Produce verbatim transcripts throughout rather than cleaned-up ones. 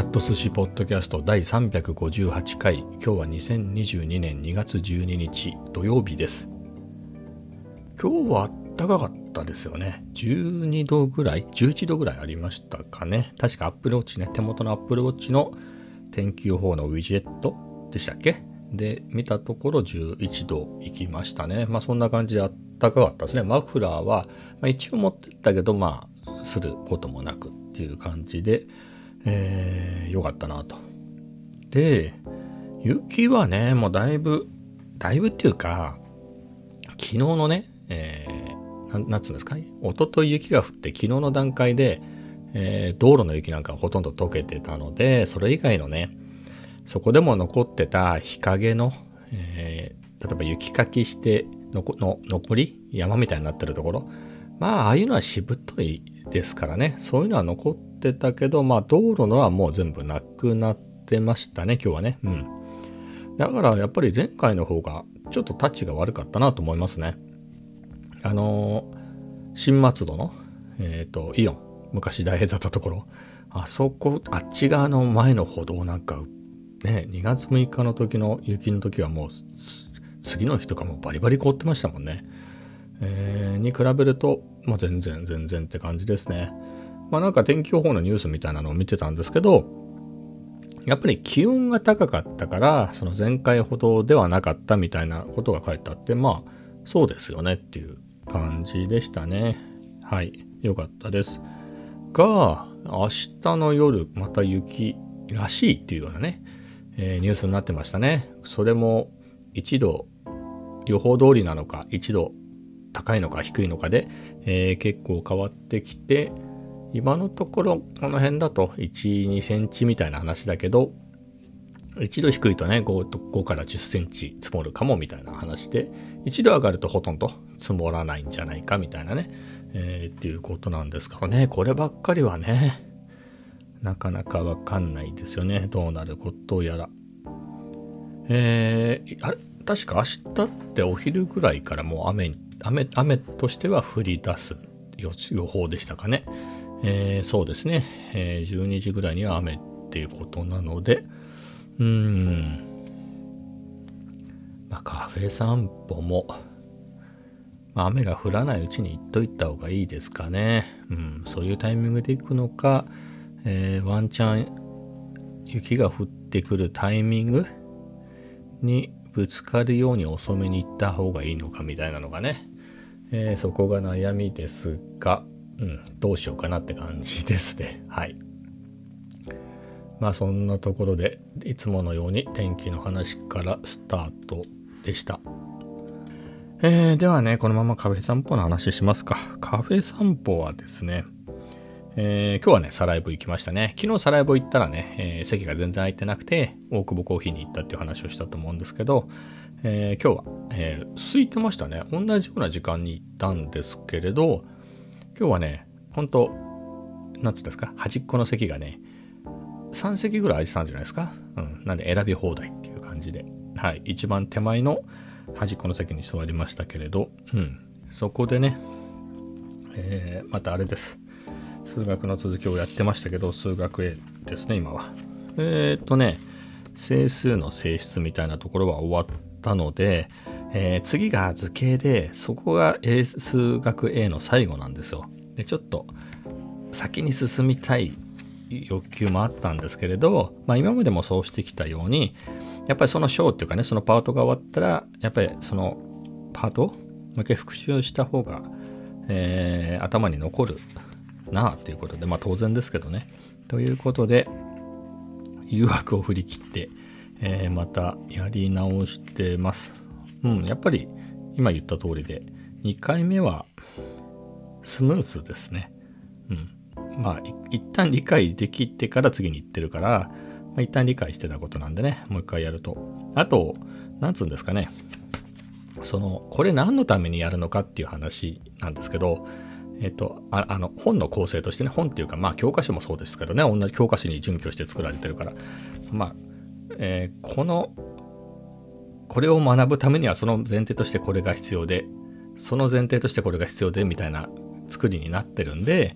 ット寿司ポッドキャストだいさんびゃくごじゅうはちかい。今日はにせんにじゅうにねんにがつじゅうににち土曜日です。今日は暖かかったですよね。じゅうにどぐらいじゅういちどぐらいありましたかね。確か Apple Watch ね、手元の Apple Watch の天気予報のウィジェットでしたっけで見たところじゅういちど行きましたね。まあそんな感じで暖かかったですね。マフラーは、まあ、一応持ってったけどまあすることもなくっていう感じでえー、よかったなと。で、雪はね、もうだいぶ、だいぶっていうか、昨日のね、えー、ななんつうんですか、一昨日雪が降って昨日の段階で、えー、道路の雪なんかほとんど溶けてたので、それ以外のね、そこでも残ってた日陰の、えー、例えば雪かきしてのの残り山みたいになってるところ、まあああいうのはしぶといですからね、そういうのは残ってたけど、まあ道路のはもう全部なくなってましたね、今日はね。うん。だからやっぱり前回の方がちょっとタッチが悪かったなと思いますね。あのー、新松戸の、えっと、イオン、昔大変だったところ、あそこ、あっち側の前の歩道なんか、ね、にがつむいかの時の雪の時はもう、次の日とかもバリバリ凍ってましたもんね。えー、に比べると、まあ、全然全然って感じですね。まあなんか天気予報のニュースみたいなのを見てたんですけど、やっぱり気温が高かったからその前回ほどではなかったみたいなことが書いてあって、まあそうですよねっていう感じでしたね。はい、よかったですが、明日の夜また雪らしいっていうようなね、えー、ニュースになってましたね。それもいちど予報通りなのかいちど高いのか低いのかで、えー、結構変わってきて、今のところこの辺だといち、にセンチみたいな話だけど、いちど低いとね 5, 5からじゅっセンチ積もるかもみたいな話で、いちど上がるとほとんど積もらないんじゃないかみたいなね、えー、っていうことなんですからね。こればっかりはねなかなかわかんないですよね、どうなることやら。えー、あれ確か明日ってお昼ぐらいからもう雨雨雨としては降り出す予報でしたかね。えー、そうですね、えー、じゅうにじぐらいには雨っていうことなので、うーん、まあ、カフェ散歩も、まあ、雨が降らないうちに行っといた方がいいですかね。うん、そういうタイミングで行くのか、えー、ワンチャン雪が降ってくるタイミングにぶつかるように遅めに行った方がいいのかみたいなのがね、えー、そこが悩みですが、うん、どうしようかなって感じですね。はい。まあそんなところでいつものように天気の話からスタートでした。えー、ではね、このままカフェ散歩の話しますか。カフェ散歩はですね、えー、今日はね、サライボ行きましたね。昨日サライボ行ったらね、えー、席が全然空いてなくて、大久保コーヒーに行ったっていう話をしたと思うんですけど、えー、今日は、えー、空いてましたね。同じような時間に行ったんですけれど、今日はね、ほんと、なんつうんですか、端っこの席がね、さんせきぐらい空いてたんじゃないですか。うん。なんで選び放題っていう感じで。はい。一番手前の端っこの席に座りましたけれど、うん。そこでね、えー、またあれです。数学の続きをやってましたけど、数学 A ですね、今は。えーっとね、整数の性質みたいなところは終わったので、えー、次が図形で、そこが A 数学 A の最後なんですよ。で、ちょっと先に進みたい欲求もあったんですけれど、まあ今までもそうしてきたように、やっぱりその章っていうかね、そのパートが終わったら、やっぱりそのパートをもう一回復習した方が、えー、頭に残るなあということで、まあ当然ですけどね。ということで、誘惑を振り切って、えー、またやり直してます。うん、やっぱり今言った通りで、にかいめはスムースですね。うん。まあ、一旦理解できてから次に行ってるから、まあ、一旦理解してたことなんでね、もう一回やると。あと、なんつうんですかね。その、これ何のためにやるのかっていう話なんですけど、えっと、あ, あの、本の構成としてね、本っていうか、まあ、教科書もそうですけどね、同じ教科書に準拠して作られてるから、まあ、えー、この、これを学ぶためにはその前提としてこれが必要で、その前提としてこれが必要でみたいな作りになってるんで、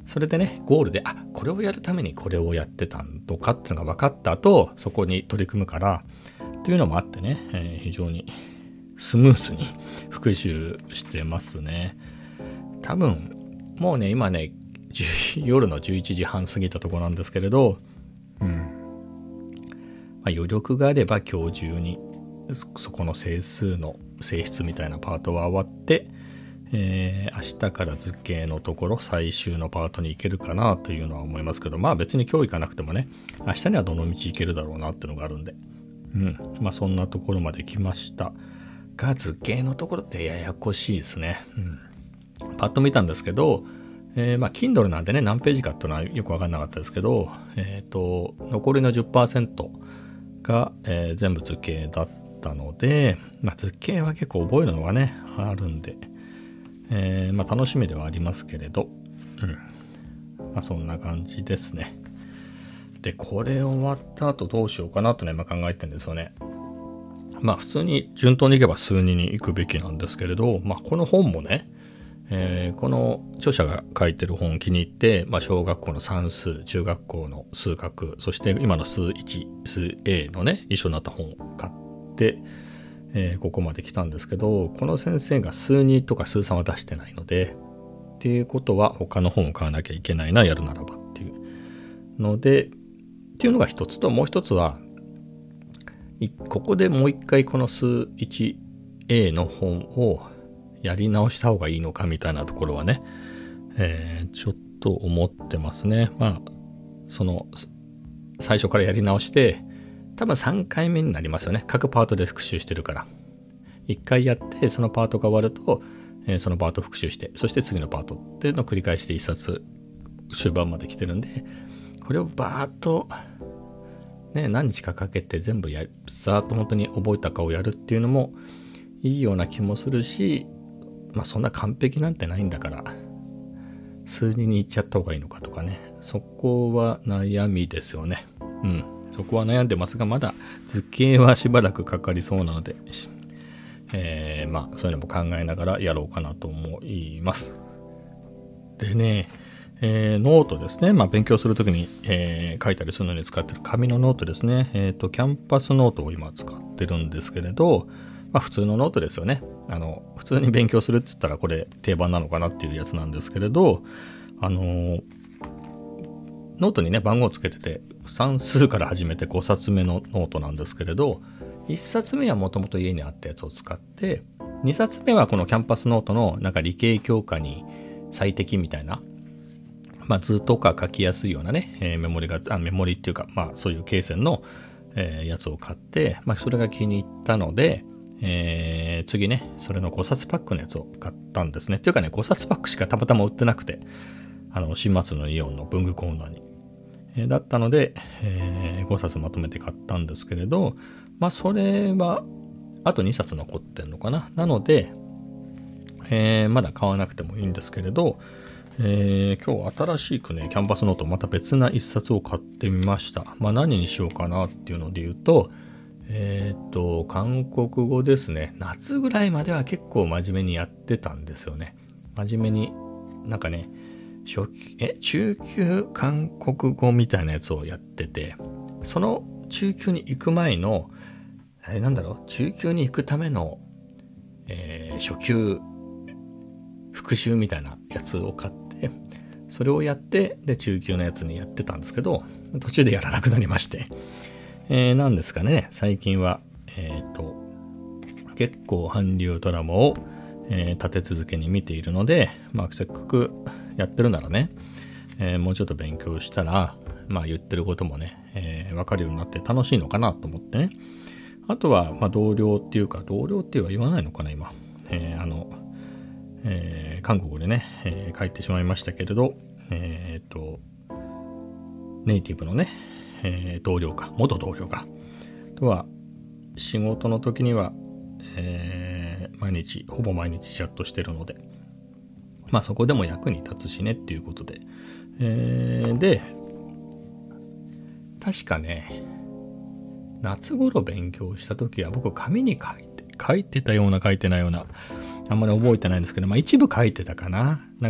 それでね、ゴールで、あ、これをやるためにこれをやってたんとかっていうのが分かった後、そこに取り組むからっていうのもあってね、えー、非常にスムーズに復習してますね。多分もうね、今ね夜のじゅういちじはん過ぎたところなんですけれど、うん、まあ、余力があれば今日中にそこの整数の性質みたいなパートは終わって、えー、明日から図形のところ最終のパートに行けるかなというのは思いますけど、まあ別に今日行かなくてもね、明日にはどの道行けるだろうなっていうのがあるんで、うん、まあそんなところまで来ましたが、図形のところってややこしいですね。うん、パッと見たんですけど、えー、まあ Kindle なんでね、何ページかっていうのはよく分かんなかったですけど、えっと残りの じゅっパーセント が、えー、全部図形だったので、まあ、図形は結構覚えるのがねあるんで、えー、まあ楽しみではありますけれど、うん、まあそんな感じですね。で、これ終わった後どうしようかなとね、今考えてるんですよね。まあ普通に順当にいけば数にに行くべきなんですけれど、まあこの本もね、えー、この著者が書いてる本を気に入って、まあ、小学校の算数、中学校の数学、そして今の数いち、数 A のね一緒になった本を買って、えー、ここまで来たんですけど、この先生が数にとか数さんは出してないので、っていうことは他の本を買わなきゃいけないな、やるならばっていうのでっていうのが一つと、もう一つはここでもう一回この数 いちエー の本をやり直した方がいいのかみたいなところはね、えー、ちょっと思ってますね。まあその最初からやり直して多分さんかいめになりますよね。各パートで復習してるから、いっかいやってそのパートが終わると、えー、そのパート復習して、そして次のパートっていうのを繰り返して一冊終盤まで来てるんで、これをバーッとね何日かかけて全部やさーっと本当に覚えたかをやるっていうのもいいような気もするし、まあそんな完璧なんてないんだから数にに行っちゃった方がいいのかとかね、そこは悩みですよね。うん、そこは悩んでますが、まだ図形はしばらくかかりそうなので、えー、まあそういうのも考えながらやろうかなと思います。でね、えー、ノートですね。まあ勉強するときに、えー、書いたりするのに使ってる紙のノートですね。えっとキャンパスノートを今使ってるんですけれど、まあ普通のノートですよね。あの普通に勉強するって言ったらこれ定番なのかなっていうやつなんですけれど、あのー、ノートにね番号をつけてて、算数から始めてごさつめのノートなんですけれど、いっさつめはもともと家にあったやつを使って、にさつめはこのキャンパスノートのなんか理系教科に最適みたいな、まあ、図とか書きやすいようなね、えー、メモリがあメモリっていうか、まあそういう罫線の、えー、やつを買って、まあそれが気に入ったので、えー、次ねそれのごさつパックのやつを買ったんですね。っていうかね、ごさつパックしかたまたま売ってなくて、あの新松のイオンの文具コーナーに、えー、だったので、えー、ごさつまとめて買ったんですけれど、まあそれはあとにさつ残ってんのかな。なので、えー、まだ買わなくてもいいんですけれど、えー、今日新しくねキャンパスノートまた別な一冊を買ってみました。まあ何にしようかなっていうので言うと、えっと韓国語ですね。夏ぐらいまでは結構真面目にやってたんですよね。真面目になんかね初え中級韓国語みたいなやつをやってて、その中級に行く前のあれなんだろう、中級に行くための、えー、初級復習みたいなやつを買って、それをやって、で中級のやつにやってたんですけど、途中でやらなくなりまして、えー、なんですかね、最近はえっと結構韓流ドラマを、えー、立て続けに見ているので、まあせっかくやってるならね、えー、もうちょっと勉強したら、まあ言ってることもね、えー、分かるようになって楽しいのかなと思ってね。あとは、まあ、同僚っていうか、同僚っていうは言わないのかな、今。えー、あの、えー、韓国でね、えー、書いてしまいましたけれど、えっと、ネイティブのね、えー、同僚か、元同僚か。とは、仕事の時には、えー、毎日、ほぼ毎日チャットしてるので、まあそこでも役に立つしねっていうことで。えー、で、確かね、夏頃勉強した時は僕紙に書いて書いてたような書いてないようなあんまり覚えてないんですけど、まあ一部書いてたかな。なんか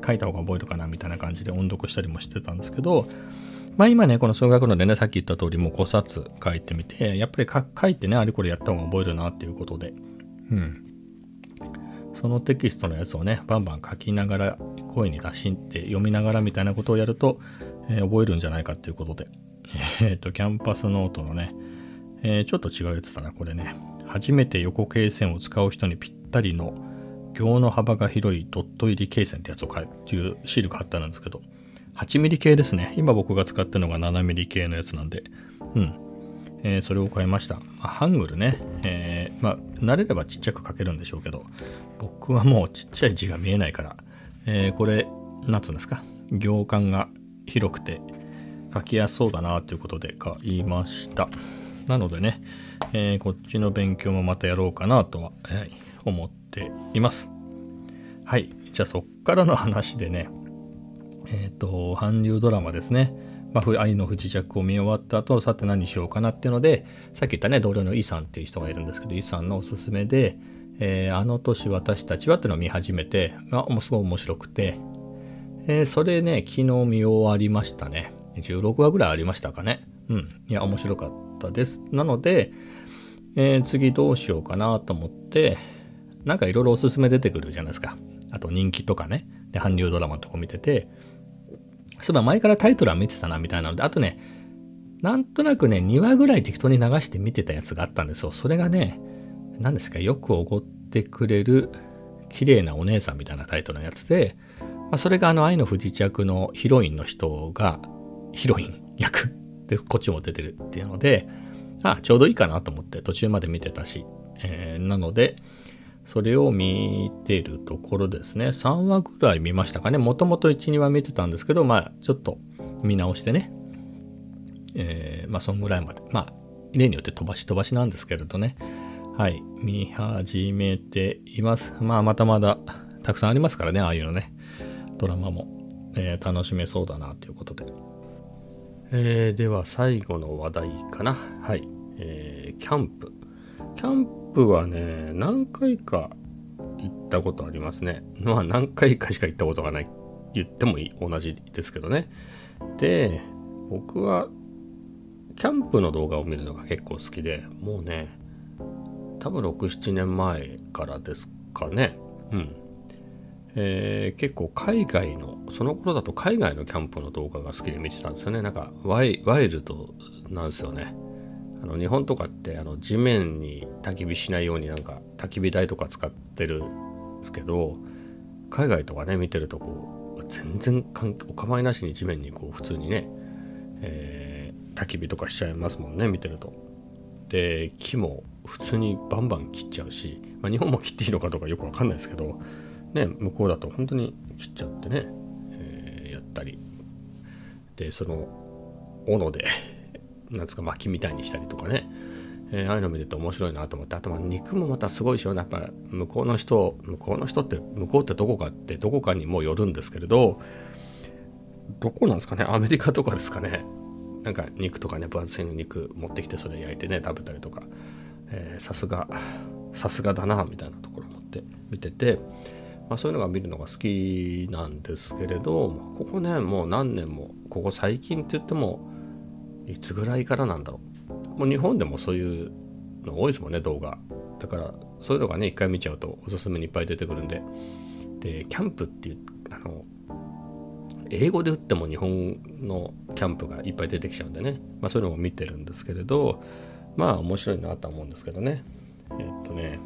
書いた方が覚えるかなみたいな感じで音読したりもしてたんですけど、まあ今ね、この数学のでね、さっき言った通りもうごさつ書いてみて、やっぱり書いてね、あれこれやった方が覚えるなっていうことで、うん。そのテキストのやつをね、バンバン書きながら、声に出して読みながらみたいなことをやると、えー、覚えるんじゃないかっていうことで、えっと、キャンパスノートのね、えー、ちょっと違うやつだな、これね。初めて横罫線を使う人にぴったりの行の幅が広いドット入り罫線ってやつを書いていうシールが貼ってあるんですけど、はちミリ系ですね。今僕が使ってるのがななミリ系のやつなんで、うん。えー、それを買いました。まあ、ハングルね、えー、まあ、慣れればちっちゃく書けるんでしょうけど、僕はもうちっちゃい字が見えないから、えー、これ、なんつうんですか、行間が広くて書きやすそうだなということで買いました。なのでね、えー、こっちの勉強もまたやろうかなとは、はい、思っています。はい。じゃあそっからの話でね、えっと、韓流ドラマですね。まあ、愛の不時着を見終わった後、さて何しようかなっていうので、さっき言ったね、同僚のイさんっていう人がいるんですけど、イさんのおすすめで、えー、あの年私たちはっていうのを見始めて、まあ、すごい面白くて、えー、それね、昨日見終わりましたね。じゅうろくわぐらいありましたかね。うん。いや、面白かったです。なので、えー、次どうしようかなと思って、なんかいろいろおすすめ出てくるじゃないですか。あと人気とかね。で、韓流ドラマとか見てて、そういえば前からタイトルは見てたなみたいなので、あとね、なんとなくね、にわぐらい適当に流して見てたやつがあったんですよ。それがね、何ですか、よくおごってくれる綺麗なお姉さんみたいなタイトルのやつで、まあ、それがあの愛の不時着のヒロインの人がヒロイン役でこっちも出てるっていうので、あ、ちょうどいいかなと思って途中まで見てたし、えー、なのでそれを見てるところですね。さんわぐらい見ましたかね。もともといち、にわ見てたんですけど、まあちょっと見直してね、えー、まあそんぐらいまで、まあ例によって飛ばし飛ばしなんですけれどね、はい、見始めています。まあまたまだたくさんありますからね、ああいうのね、ドラマも、えー、楽しめそうだなということで、えー、では最後の話題かな。はい、えー、キャンプキャンプはね、何回か行ったことありますね。まあ何回かしか行ったことがない、言ってもいい、同じですけどね。で、僕はキャンプの動画を見るのが結構好きで、もうね、多分ろく、ななねんまえからですかね。うん。えー、結構海外の、その頃だと海外のキャンプの動画が好きで見てたんですよね。なんかワイ、ワイルドなんですよね。あの日本とかってあの地面に焚き火しないようになんか焚き火台とか使ってるんですけど、海外とかね見てるとこう全然お構いなしに地面にこう普通にね、えー、焚き火とかしちゃいますもんね、見てると。で、木も普通にバンバン切っちゃうし、まあ、日本も切っていいのかどうかよくわかんないですけどね、向こうだと本当に切っちゃってね、えー、やったりで、その斧でなんですか、薪みたいにしたりとかね、えー、ああいうの見ると面白いなと思って、あとまあ肉もまたすごいしよね。やっぱ向こうの人向こうの人って向こうってどこかってどこかにもよるんですけれど、どこなんですかね、アメリカとかですかね。なんか肉とかね、分厚いの肉持ってきてそれ焼いてね食べたりとか、さすがさすがだなみたいなところを思って見てて、まあ、そういうのが見るのが好きなんですけれど、ここねもう何年も、ここ最近って言ってもいつぐらいからなんだろう、もう日本でもそういうの多いですもんね、動画だから。そういうのがね一回見ちゃうとおすすめにいっぱい出てくるんで、でキャンプっていうあの英語で打っても日本のキャンプがいっぱい出てきちゃうんでね、まあ、そういうのも見てるんですけれど、まあ面白いなとは思うんですけどね。えっとね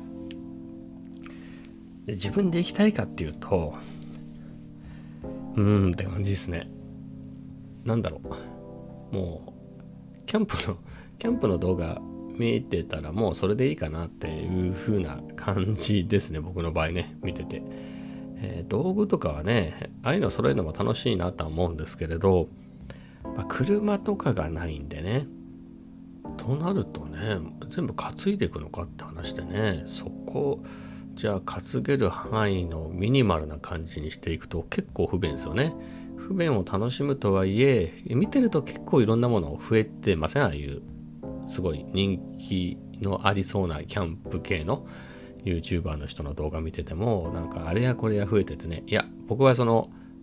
で自分で行きたいかっていうと、うーんって感じですね。なんだろう、もうキャンプのキャンプの動画見てたらもうそれでいいかなっていう風な感じですね、僕の場合ね、見てて。えー、道具とかはね、ああいうの揃えるのも楽しいなとは思うんですけれど、まあ、車とかがないんでね、となるとね、全部担いでいくのかって話でね、そこじゃあ担げる範囲のミニマルな感じにしていくと結構不便ですよね。不便を楽しむとはいえ、見てると結構いろんなもの増えてません？ああいうすごい人気のありそうなキャンプ系の YouTuber の人の動画見てても、なんかあれやこれや増えててね、いや僕はその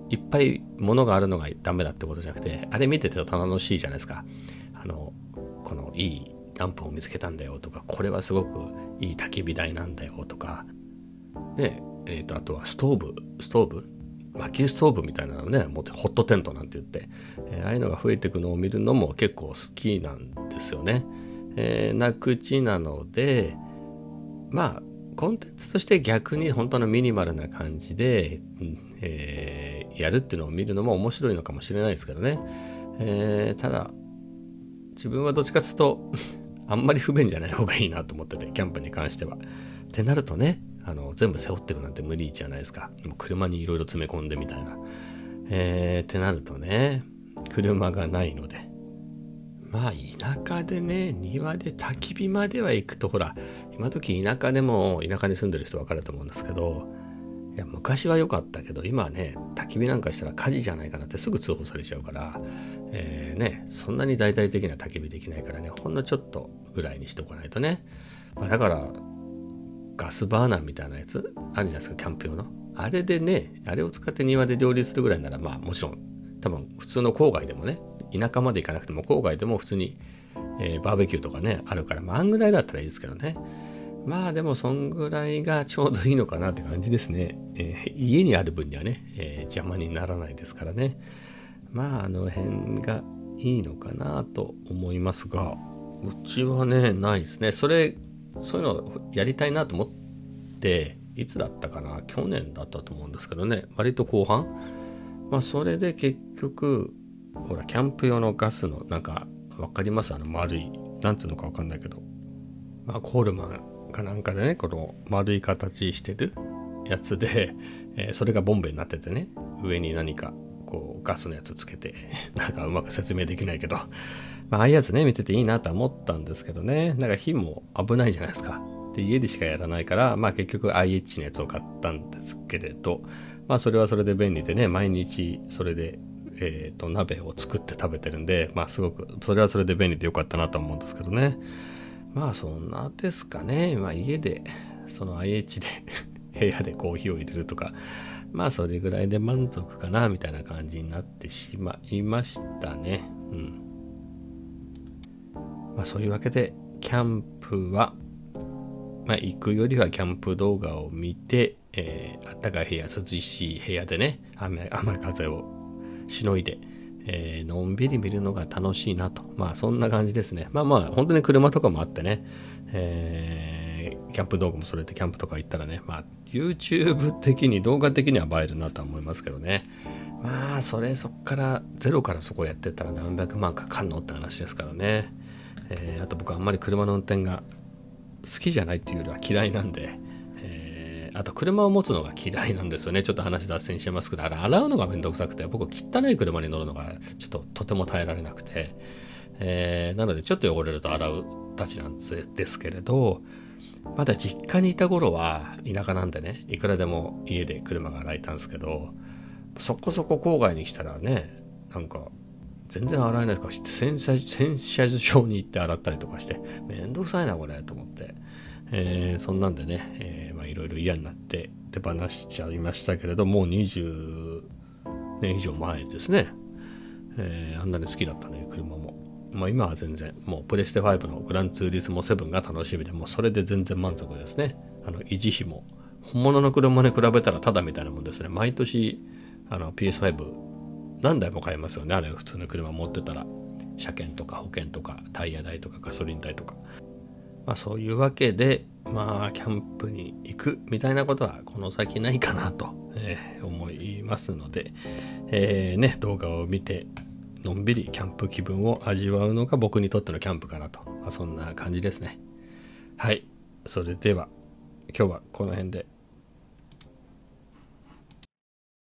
いっぱい物があるのがダメだってことじゃなくて、あれ見てて楽しいじゃないですか。あのこのいいランプを見つけたんだよとか、これはすごくいい焚き火台なんだよとかで、えー、とあとはストーブストーブ薪ストーブみたいなのね、もうホットテントなんて言って、えー、ああいうのが増えていくのを見るのも結構好きなんですよね。えー、な口なので、まあコンテンツとして逆に本当のミニマルな感じで、えー、やるっていうのを見るのも面白いのかもしれないですけどね。えー、ただ自分はどっちかというとあんまり不便じゃない方がいいなと思ってて、キャンプに関しては。ってなるとね、あの全部背負っていくなんて無理じゃないですか。もう車にいろいろ詰め込んでみたいな。えー、ってなるとね、車がないので。まあ田舎でね、庭で焚き火までは行くと、ほら、今時田舎でも、田舎に住んでる人分かると思うんですけど、いや昔は良かったけど、今はね、焚き火なんかしたら火事じゃないかなってすぐ通報されちゃうから、えー、ね、そんなに大々的な焚き火できないからね、ほんのちょっとぐらいにしておかないとね。まあ、だからガスバーナーみたいなやつあるじゃないですか、キャンプ用の。あれでね、あれを使って庭で料理するぐらいなら、まあもちろん多分普通の郊外でもね、田舎まで行かなくても郊外でも普通に、えー、バーベキューとかねあるから、まああんぐらいだったらいいですけどね。まあでもそんぐらいがちょうどいいのかなって感じですね。えー、家にある分にはね、えー、邪魔にならないですからね。まああの辺がいいのかなと思いますが、うちはねないですね。それそういうのをやりたいなと思って、いつだったかな、去年だったと思うんですけどね、割と後半、まあそれで結局ほらキャンプ用のガスのなんかわかります、あの丸いなんつうのかわかんないけど、まあコールマンかなんかでね、この丸い形してるやつで、えー、それがボンベになっててね、上に何かこうガスのやつつけてなんかうまく説明できないけど、まあ、ああいうやつね見てていいなとは思ったんですけどね、なんか火も危ないじゃないですか。で家でしかやらないから、まあ結局 アイエイチ のやつを買ったんですけれど、まあそれはそれで便利でね、毎日それでえーと鍋を作って食べてるんで、まあすごくそれはそれで便利でよかったなと思うんですけどね。まあそんなですかね。まあ家でその アイエイチ で部屋でコーヒーを入れるとか、まあそれぐらいで満足かなみたいな感じになってしまいましたね。うん。まあそういうわけでキャンプは、まあ行くよりはキャンプ動画を見て、えー、あったかい部屋、涼しい部屋でね、雨、雨風をしのいで、えー、のんびり見るのが楽しいなと。まあそんな感じですね。まあまあ本当に車とかもあってね、えー、キャンプ動画もそれでキャンプとか行ったらね、まあ YouTube 的に動画的には映えるなとは思いますけどね。まあそれそっからゼロからそこやってったら何百万かかんのって話ですからね。えー、あと僕はあんまり車の運転が好きじゃないっていうよりは嫌いなんで、あと車を持つのが嫌いなんですよね。ちょっと話脱線してますけど、あれ洗うのがめんどくさくて、僕汚い車に乗るのがちょっととても耐えられなくて、えー、なのでちょっと汚れると洗うたちなんですけれど、まだ実家にいた頃は田舎なんでね、いくらでも家で車が洗えたんですけど、そこそこ郊外に来たらね、なんか全然洗えないとか、洗車洗車場に行って洗ったりとかして、めんどくさいなこれと思って。えー、そんなんでね、えー、まあいろいろ嫌になって手放しちゃいましたけれども、うにじゅうねん以上前ですね、えー、あんなに好きだったね車も。まあ今は全然もうプレステファイブのグランツーリスモセブンが楽しみで、もうそれで全然満足ですね。あの維持費も本物の車に比べたらただみたいなもんですね。毎年あの ピーエスファイブ 何台も買えますよね、あれ普通の車持ってたら。車検とか保険とかタイヤ代とかガソリン代とか、まあそういうわけで、まあキャンプに行くみたいなことはこの先ないかなと、えー、思いますので、えー、ね、動画を見てのんびりキャンプ気分を味わうのが僕にとってのキャンプかなと、まあ、そんな感じですね。はい、それでは今日はこの辺で